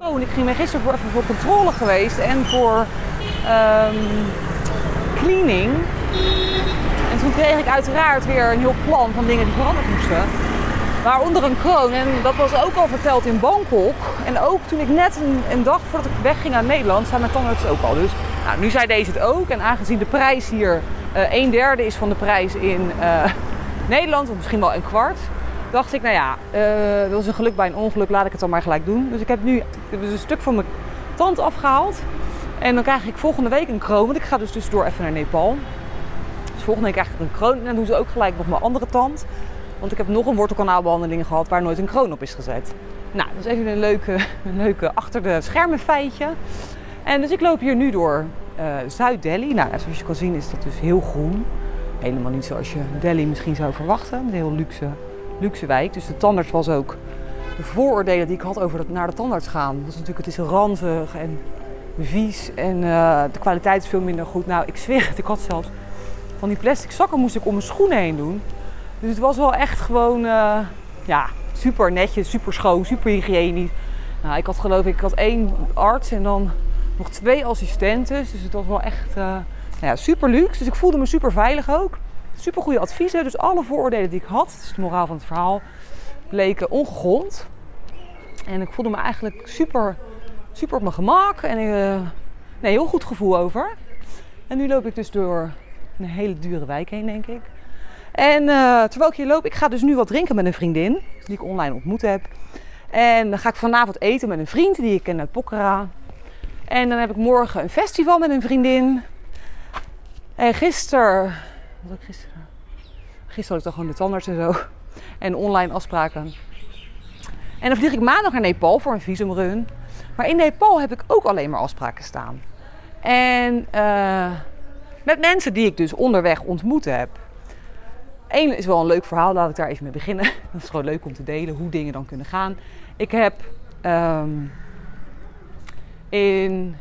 En ik ging gisteren even voor controle geweest en voor cleaning. En toen kreeg ik uiteraard weer een heel plan van dingen die veranderd moesten. Waaronder een kroon. En dat was ook al verteld in Bangkok. En ook toen ik net een dag voordat ik wegging naar Nederland, zei mijn tandarts ook al. Dus nu zei deze het ook. En aangezien de prijs hier 1/3 is van de prijs in Nederland, of misschien wel 1/4, dacht ik, dat is een geluk bij een ongeluk, laat ik het dan maar gelijk doen. Dus ik heb nu een stuk van mijn tand afgehaald. En dan krijg ik volgende week een kroon, want ik ga dus tussendoor even naar Nepal. Dus volgende week krijg ik een kroon en dan doen ze ook gelijk nog mijn andere tand. Want ik heb nog een wortelkanaalbehandeling gehad waar nooit een kroon op is gezet. Nou, dat is even een leuke achter de schermen feitje. En dus ik loop hier nu door Zuid-Delhi. Nou, zoals je kan zien is dat dus heel groen. Helemaal niet zoals je Delhi misschien zou verwachten. Een heel luxe wijk. Dus de tandarts was ook de vooroordelen die ik had over naar de tandarts gaan. Dat is natuurlijk, het is ranzig en vies en de kwaliteit is veel minder goed. Nou, ik zweer het, ik had zelfs van die plastic zakken moest ik om mijn schoenen heen doen. Dus het was wel echt gewoon super netjes, super schoon, super hygiënisch. Nou, ik had 1 arts en dan nog 2 assistenten. Dus het was wel echt super luxe. Dus ik voelde me super veilig ook. Super goede adviezen. Dus alle vooroordelen die ik had, dat is de moraal van het verhaal, bleken ongegrond. En ik voelde me eigenlijk super op mijn gemak. En heel goed gevoel over. En nu loop ik dus door een hele dure wijk heen, denk ik. En terwijl ik hier loop, ik ga dus nu wat drinken met een vriendin die ik online ontmoet heb. En dan ga ik vanavond eten met een vriend die ik ken uit Pokhara. En dan heb ik morgen een festival met een vriendin. En gisteren had ik dan gewoon de tandarts en zo. En online afspraken. En dan vlieg ik maandag naar Nepal voor een visumrun. Maar in Nepal heb ik ook alleen maar afspraken staan. En met mensen die ik dus onderweg ontmoet heb. Eén is wel een leuk verhaal, laat ik daar even mee beginnen. Dat is gewoon leuk om te delen hoe dingen dan kunnen gaan. Ik heb in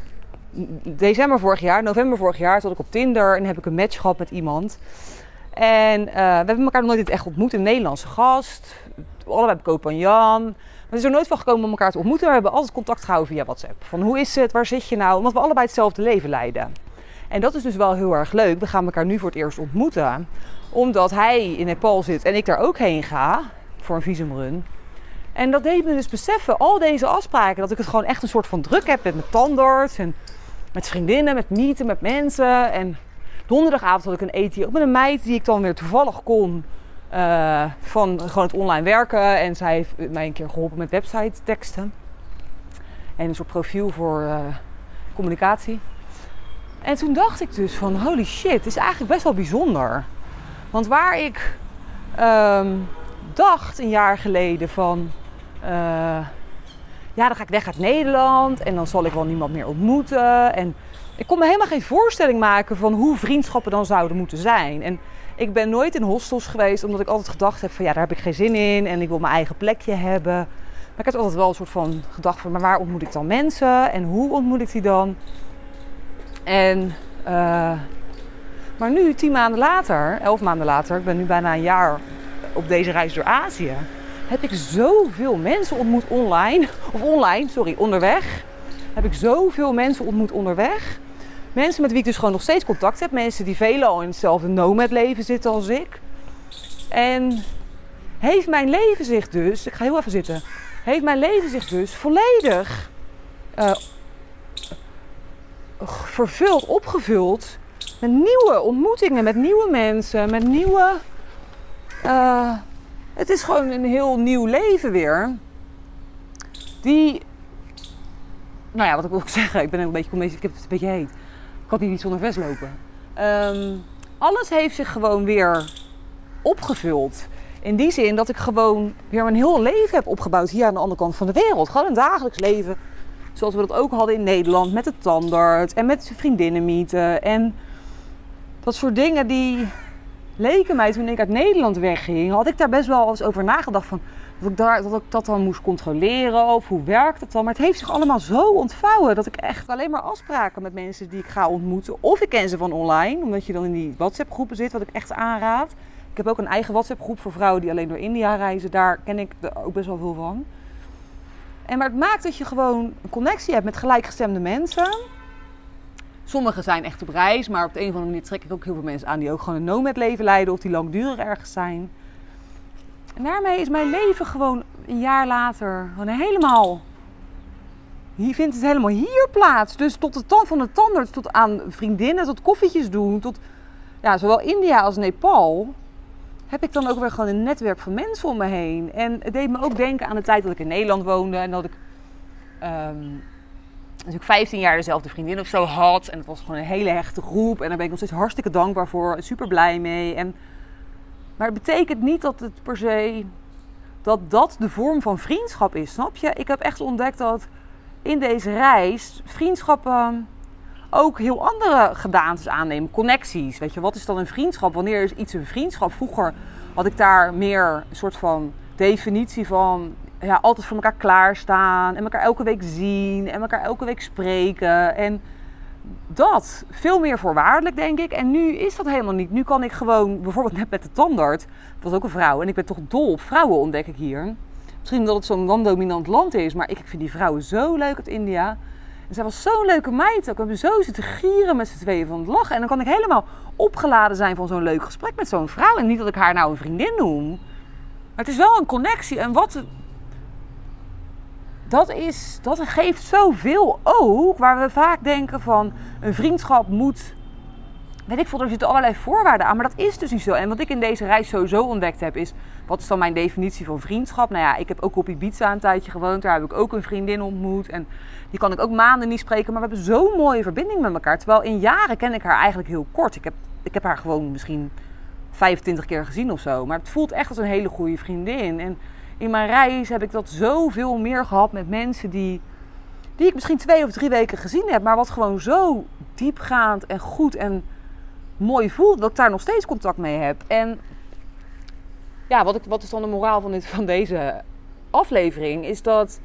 november vorig jaar zat ik op Tinder en heb ik een match gehad met iemand. En we hebben elkaar nog nooit in het echt ontmoet, een Nederlandse gast. Allebei bij Koh Phangan. Maar het is er nooit van gekomen om elkaar te ontmoeten. We hebben altijd contact gehouden via WhatsApp. Van hoe is het, waar zit je nou? Omdat we allebei hetzelfde leven leiden. En dat is dus wel heel erg leuk. We gaan elkaar nu voor het eerst ontmoeten. Omdat hij in Nepal zit en ik daar ook heen ga voor een visumrun. En dat deed me dus beseffen, al deze afspraken, dat ik het gewoon echt een soort van druk heb met mijn tandarts en met vriendinnen, met meeten, met mensen. En donderdagavond had ik een eten ook met een meid die ik dan weer toevallig kon van gewoon het online werken. En zij heeft mij een keer geholpen met website teksten. En een soort profiel voor communicatie. En toen dacht ik dus van holy shit, het is eigenlijk best wel bijzonder. Want waar ik dacht een jaar geleden van dan ga ik weg uit Nederland en dan zal ik wel niemand meer ontmoeten. En ik kon me helemaal geen voorstelling maken van hoe vriendschappen dan zouden moeten zijn. En ik ben nooit in hostels geweest omdat ik altijd gedacht heb van daar heb ik geen zin in en ik wil mijn eigen plekje hebben. Maar ik had altijd wel een soort van gedacht van maar waar ontmoet ik dan mensen en hoe ontmoet ik die dan? En maar nu 10 maanden later, 11 maanden later, ik ben nu bijna een jaar op deze reis door Azië, heb ik zoveel mensen ontmoet onderweg. Heb ik zoveel mensen ontmoet onderweg. Mensen met wie ik dus gewoon nog steeds contact heb. Mensen die veelal in hetzelfde nomad-leven zitten als ik. En heeft mijn leven zich dus, ik ga heel even zitten, heeft mijn leven zich dus volledig vervuld, opgevuld met nieuwe ontmoetingen, met nieuwe mensen, met nieuwe... het is gewoon een heel nieuw leven weer. Die... Nou ja, wat ik wil zeggen, ik heb het een beetje heet. Ik had niet zonder vest lopen. Alles heeft zich gewoon weer opgevuld. In die zin dat ik gewoon weer mijn heel leven heb opgebouwd hier aan de andere kant van de wereld. Gewoon een dagelijks leven. Zoals we dat ook hadden in Nederland met de tandarts en met vriendinnen meeten. En dat soort dingen die leken mij toen ik uit Nederland wegging. Had ik daar best wel eens over nagedacht van dat ik dat dan moest controleren of hoe werkt het dan. Maar het heeft zich allemaal zo ontvouwen dat ik echt alleen maar afspraken met mensen die ik ga ontmoeten. Of ik ken ze van online, omdat je dan in die WhatsApp groepen zit, wat ik echt aanraad. Ik heb ook een eigen WhatsApp groep voor vrouwen die alleen door India reizen. Daar ken ik er ook best wel veel van. Maar het maakt dat je gewoon een connectie hebt met gelijkgestemde mensen. Sommigen zijn echt op reis, maar op de een of andere manier trek ik ook heel veel mensen aan die ook gewoon een nomad leven leiden of die langdurig ergens zijn. En daarmee is mijn leven gewoon een jaar later gewoon helemaal... Hier vindt het helemaal hier plaats. Dus tot de tand van de tandarts, tot aan vriendinnen, tot koffietjes doen, tot zowel India als Nepal, heb ik dan ook weer gewoon een netwerk van mensen om me heen. En het deed me ook denken aan de tijd dat ik in Nederland woonde en dat ik natuurlijk 15 jaar dezelfde vriendin of zo had. En het was gewoon een hele hechte groep en daar ben ik nog steeds hartstikke dankbaar voor en super blij mee. Maar het betekent niet dat het per se dat de vorm van vriendschap is, snap je? Ik heb echt ontdekt dat in deze reis vriendschappen ook heel andere gedaantes aannemen. Connecties, weet je, wat is dan een vriendschap? Wanneer is iets een vriendschap? Vroeger had ik daar meer een soort van definitie van altijd voor elkaar klaarstaan en elkaar elke week zien en elkaar elke week spreken en dat veel meer voorwaardelijk, denk ik. En nu is dat helemaal niet. Nu kan ik gewoon, bijvoorbeeld net met de tandarts, dat was ook een vrouw en ik ben toch dol op vrouwen, ontdek ik hier. Misschien dat het zo'n man-dominant land is, maar ik vind die vrouwen zo leuk uit India. En zij was zo'n leuke meid. We hebben zo zitten gieren met z'n tweeën van het lachen. En dan kan ik helemaal opgeladen zijn van zo'n leuk gesprek met zo'n vrouw. En niet dat ik haar nou een vriendin noem. Maar het is wel een connectie. En dat geeft zoveel ook. Waar we vaak denken van een vriendschap moet... Weet ik veel, er zitten allerlei voorwaarden aan, maar dat is dus niet zo. En wat ik in deze reis sowieso ontdekt heb is, wat is dan mijn definitie van vriendschap? Nou ja, ik heb ook op Ibiza een tijdje gewoond, daar heb ik ook een vriendin ontmoet. En die kan ik ook maanden niet spreken, maar we hebben zo'n mooie verbinding met elkaar. Terwijl in jaren ken ik haar eigenlijk heel kort. Ik heb haar gewoon misschien 25 keer gezien of zo. Maar het voelt echt als een hele goede vriendin. En in mijn reis heb ik dat zoveel meer gehad met mensen die ik misschien 2 of 3 weken gezien heb. Maar wat gewoon zo diepgaand en goed en mooi voelt, dat ik daar nog steeds contact mee heb. En ja, wat is dan de moraal van deze aflevering? Is dat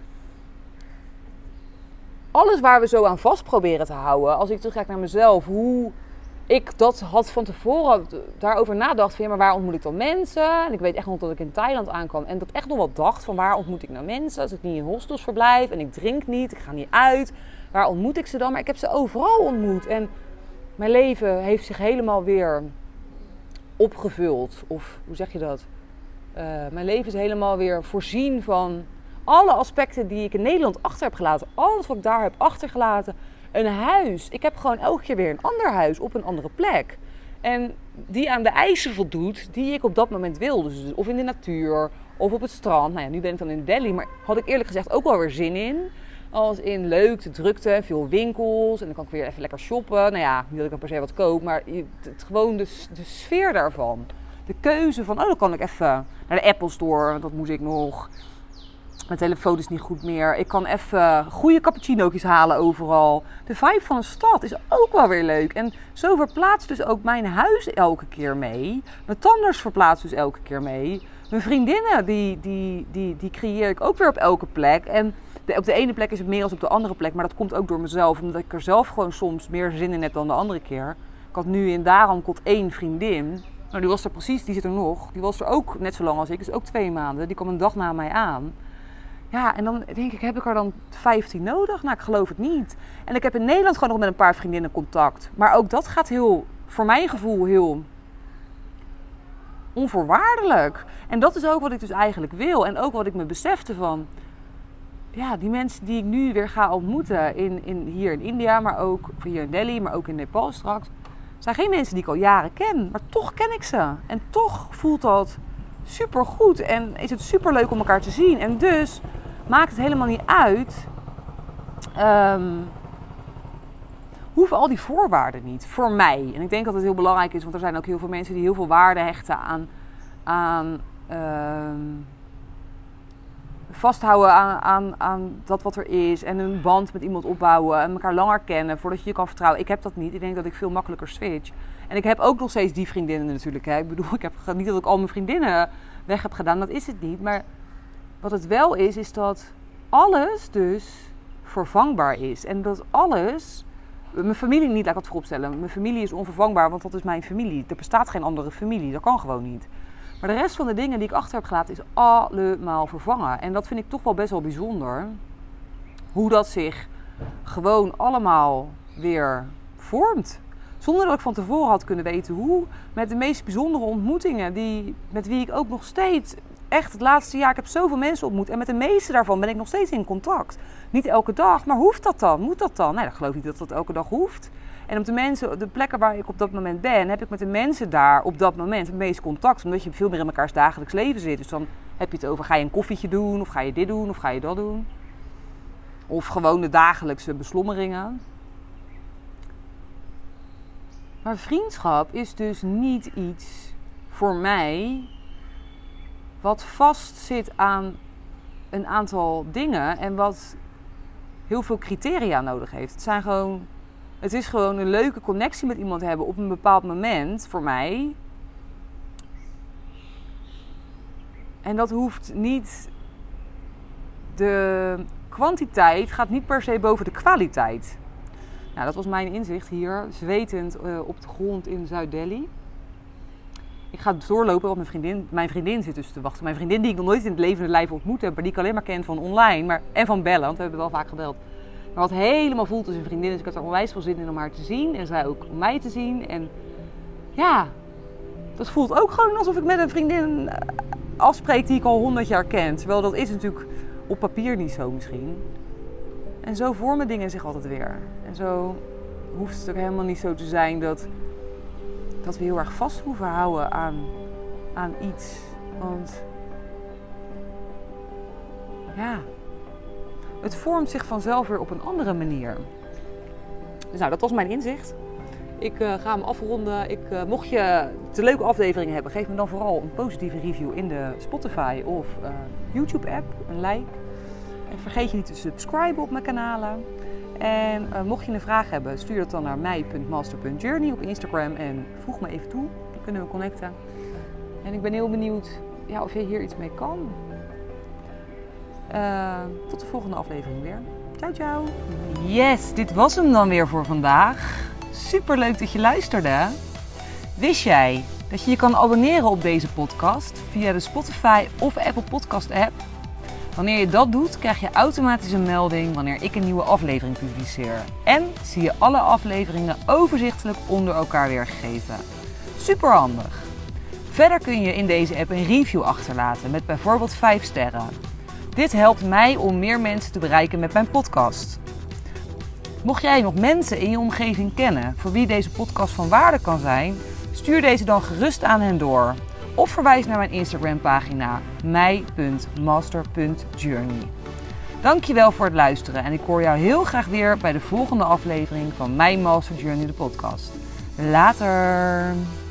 alles waar we zo aan vast proberen te houden, als ik terugkijk naar mezelf, hoe ik dat had van tevoren daarover nadacht van, maar waar ontmoet ik dan mensen? En ik weet echt nog dat ik in Thailand aankwam en dat echt nog wat dacht van, waar ontmoet ik nou mensen? Als ik niet in hostels verblijf en ik drink niet, ik ga niet uit, waar ontmoet ik ze dan? Maar ik heb ze overal ontmoet en mijn leven heeft zich helemaal weer opgevuld. Of hoe zeg je dat? Mijn leven is helemaal weer voorzien van alle aspecten die ik in Nederland achter heb gelaten. Alles wat ik daar heb achtergelaten. Een huis. Ik heb gewoon elke keer weer een ander huis op een andere plek. En die aan de eisen voldoet die ik op dat moment wil. Dus of in de natuur of op het strand. Nou ja, nu ben ik dan in Delhi. Maar had ik eerlijk gezegd ook wel weer zin in. Als in leuk, de drukte, veel winkels. En dan kan ik weer even lekker shoppen. Nou ja, niet dat ik dan per se wat koop. Maar gewoon de sfeer daarvan. De keuze van, dan kan ik even naar de Apple Store. Want dat moest ik nog. Mijn telefoon is niet goed meer. Ik kan even goede cappuccino's halen overal. De vibe van een stad is ook wel weer leuk. En zo verplaatst dus ook mijn huis elke keer mee. Mijn tandarts verplaatst dus elke keer mee. Mijn vriendinnen, die creëer ik ook weer op elke plek. En op de ene plek is het meer als op de andere plek. Maar dat komt ook door mezelf. Omdat ik er zelf gewoon soms meer zin in heb dan de andere keer. Ik had nu in Daramkot 1 vriendin. Nou, die was er precies, die zit er nog. Die was er ook net zo lang als ik. Dus ook 2 maanden. Die kwam een dag na mij aan. Ja, en dan denk ik, heb ik er dan 15 nodig? Nou, ik geloof het niet. En ik heb in Nederland gewoon nog met een paar vriendinnen contact. Maar ook dat gaat voor mijn gevoel heel onvoorwaardelijk. En dat is ook wat ik dus eigenlijk wil. En ook wat ik me besefte van, ja, die mensen die ik nu weer ga ontmoeten hier in India, maar ook hier in Delhi, maar ook in Nepal straks, zijn geen mensen die ik al jaren ken. Maar toch ken ik ze. En toch voelt dat super goed en is het super leuk om elkaar te zien. En dus maakt het helemaal niet uit. Hoeven al die voorwaarden niet. Voor mij. En ik denk dat het heel belangrijk is. Want er zijn ook heel veel mensen die heel veel waarde hechten aan vasthouden aan dat wat er is. En een band met iemand opbouwen. En elkaar langer kennen voordat je je kan vertrouwen. Ik heb dat niet. Ik denk dat ik veel makkelijker switch. En ik heb ook nog steeds die vriendinnen natuurlijk. Hè. Ik bedoel, ik heb niet dat ik al mijn vriendinnen weg heb gedaan. Dat is het niet. Maar wat het wel is dat alles dus vervangbaar is. En dat alles... Mijn familie niet, laat ik dat vooropstellen. Mijn familie is onvervangbaar, want dat is mijn familie. Er bestaat geen andere familie. Dat kan gewoon niet. Maar de rest van de dingen die ik achter heb gelaten is allemaal vervangen. En dat vind ik toch wel best wel bijzonder. hoe dat zich gewoon allemaal weer vormt. Zonder dat ik van tevoren had kunnen weten hoe. Met de meest bijzondere ontmoetingen. Met wie ik ook nog steeds, echt het laatste jaar, ik heb zoveel mensen ontmoet. En met de meeste daarvan ben ik nog steeds in contact. Niet elke dag, maar hoeft dat dan? Moet dat dan? Nee, dat geloof ik niet dat dat elke dag hoeft. En op de plekken waar ik op dat moment ben, heb ik met de mensen daar op dat moment het meeste contact. Omdat je veel meer in elkaars dagelijks leven zit. Dus dan heb je het over, ga je een koffietje doen? Of ga je dit doen? Of ga je dat doen? Of gewoon de dagelijkse beslommeringen. Maar vriendschap is dus niet iets voor mij wat vast zit aan een aantal dingen en wat heel veel criteria nodig heeft. Het is gewoon een leuke connectie met iemand hebben op een bepaald moment voor mij. En dat hoeft niet, de kwantiteit gaat niet per se boven de kwaliteit. Nou, dat was mijn inzicht hier, zwetend op de grond in Zuid-Delhi. Ik ga doorlopen, want mijn vriendin zit dus te wachten. Mijn vriendin die ik nog nooit in het levende lijf ontmoet heb, maar die ik alleen maar ken van online en van bellen, want we hebben wel vaak gebeld. Maar wat helemaal voelt als een vriendin, dus ik had er onwijs veel zin in om haar te zien en zij ook om mij te zien. En ja, dat voelt ook gewoon alsof ik met een vriendin afspreek die ik al 100 jaar ken. Terwijl dat is natuurlijk op papier niet zo misschien. En zo vormen dingen zich altijd weer. En zo hoeft het ook helemaal niet zo te zijn dat we heel erg vast hoeven houden aan iets. Want ja, het vormt zich vanzelf weer op een andere manier. Dus nou, dat was mijn inzicht. Ik ga hem afronden. Mocht je het een leuke aflevering hebben, geef me dan vooral een positieve review in de Spotify of YouTube app. Een like. En vergeet je niet te subscriben op mijn kanalen. En mocht je een vraag hebben, stuur dat dan naar mij.master.journey op Instagram en voeg me even toe. Dan kunnen we connecten. En ik ben heel benieuwd of je hier iets mee kan. Tot de volgende aflevering weer. Ciao, ciao. Yes, dit was hem dan weer voor vandaag. Super leuk dat je luisterde. Wist jij dat je je kan abonneren op deze podcast via de Spotify of Apple Podcast app? Wanneer je dat doet, krijg je automatisch een melding wanneer ik een nieuwe aflevering publiceer. En zie je alle afleveringen overzichtelijk onder elkaar weergegeven. Super handig. Verder kun je in deze app een review achterlaten met bijvoorbeeld 5 sterren. Dit helpt mij om meer mensen te bereiken met mijn podcast. Mocht jij nog mensen in je omgeving kennen voor wie deze podcast van waarde kan zijn, stuur deze dan gerust aan hen door. Of verwijs naar mijn Instagram pagina mij.master.journey. Dankjewel voor het luisteren en ik hoor jou heel graag weer bij de volgende aflevering van My Master Journey, de podcast. Later!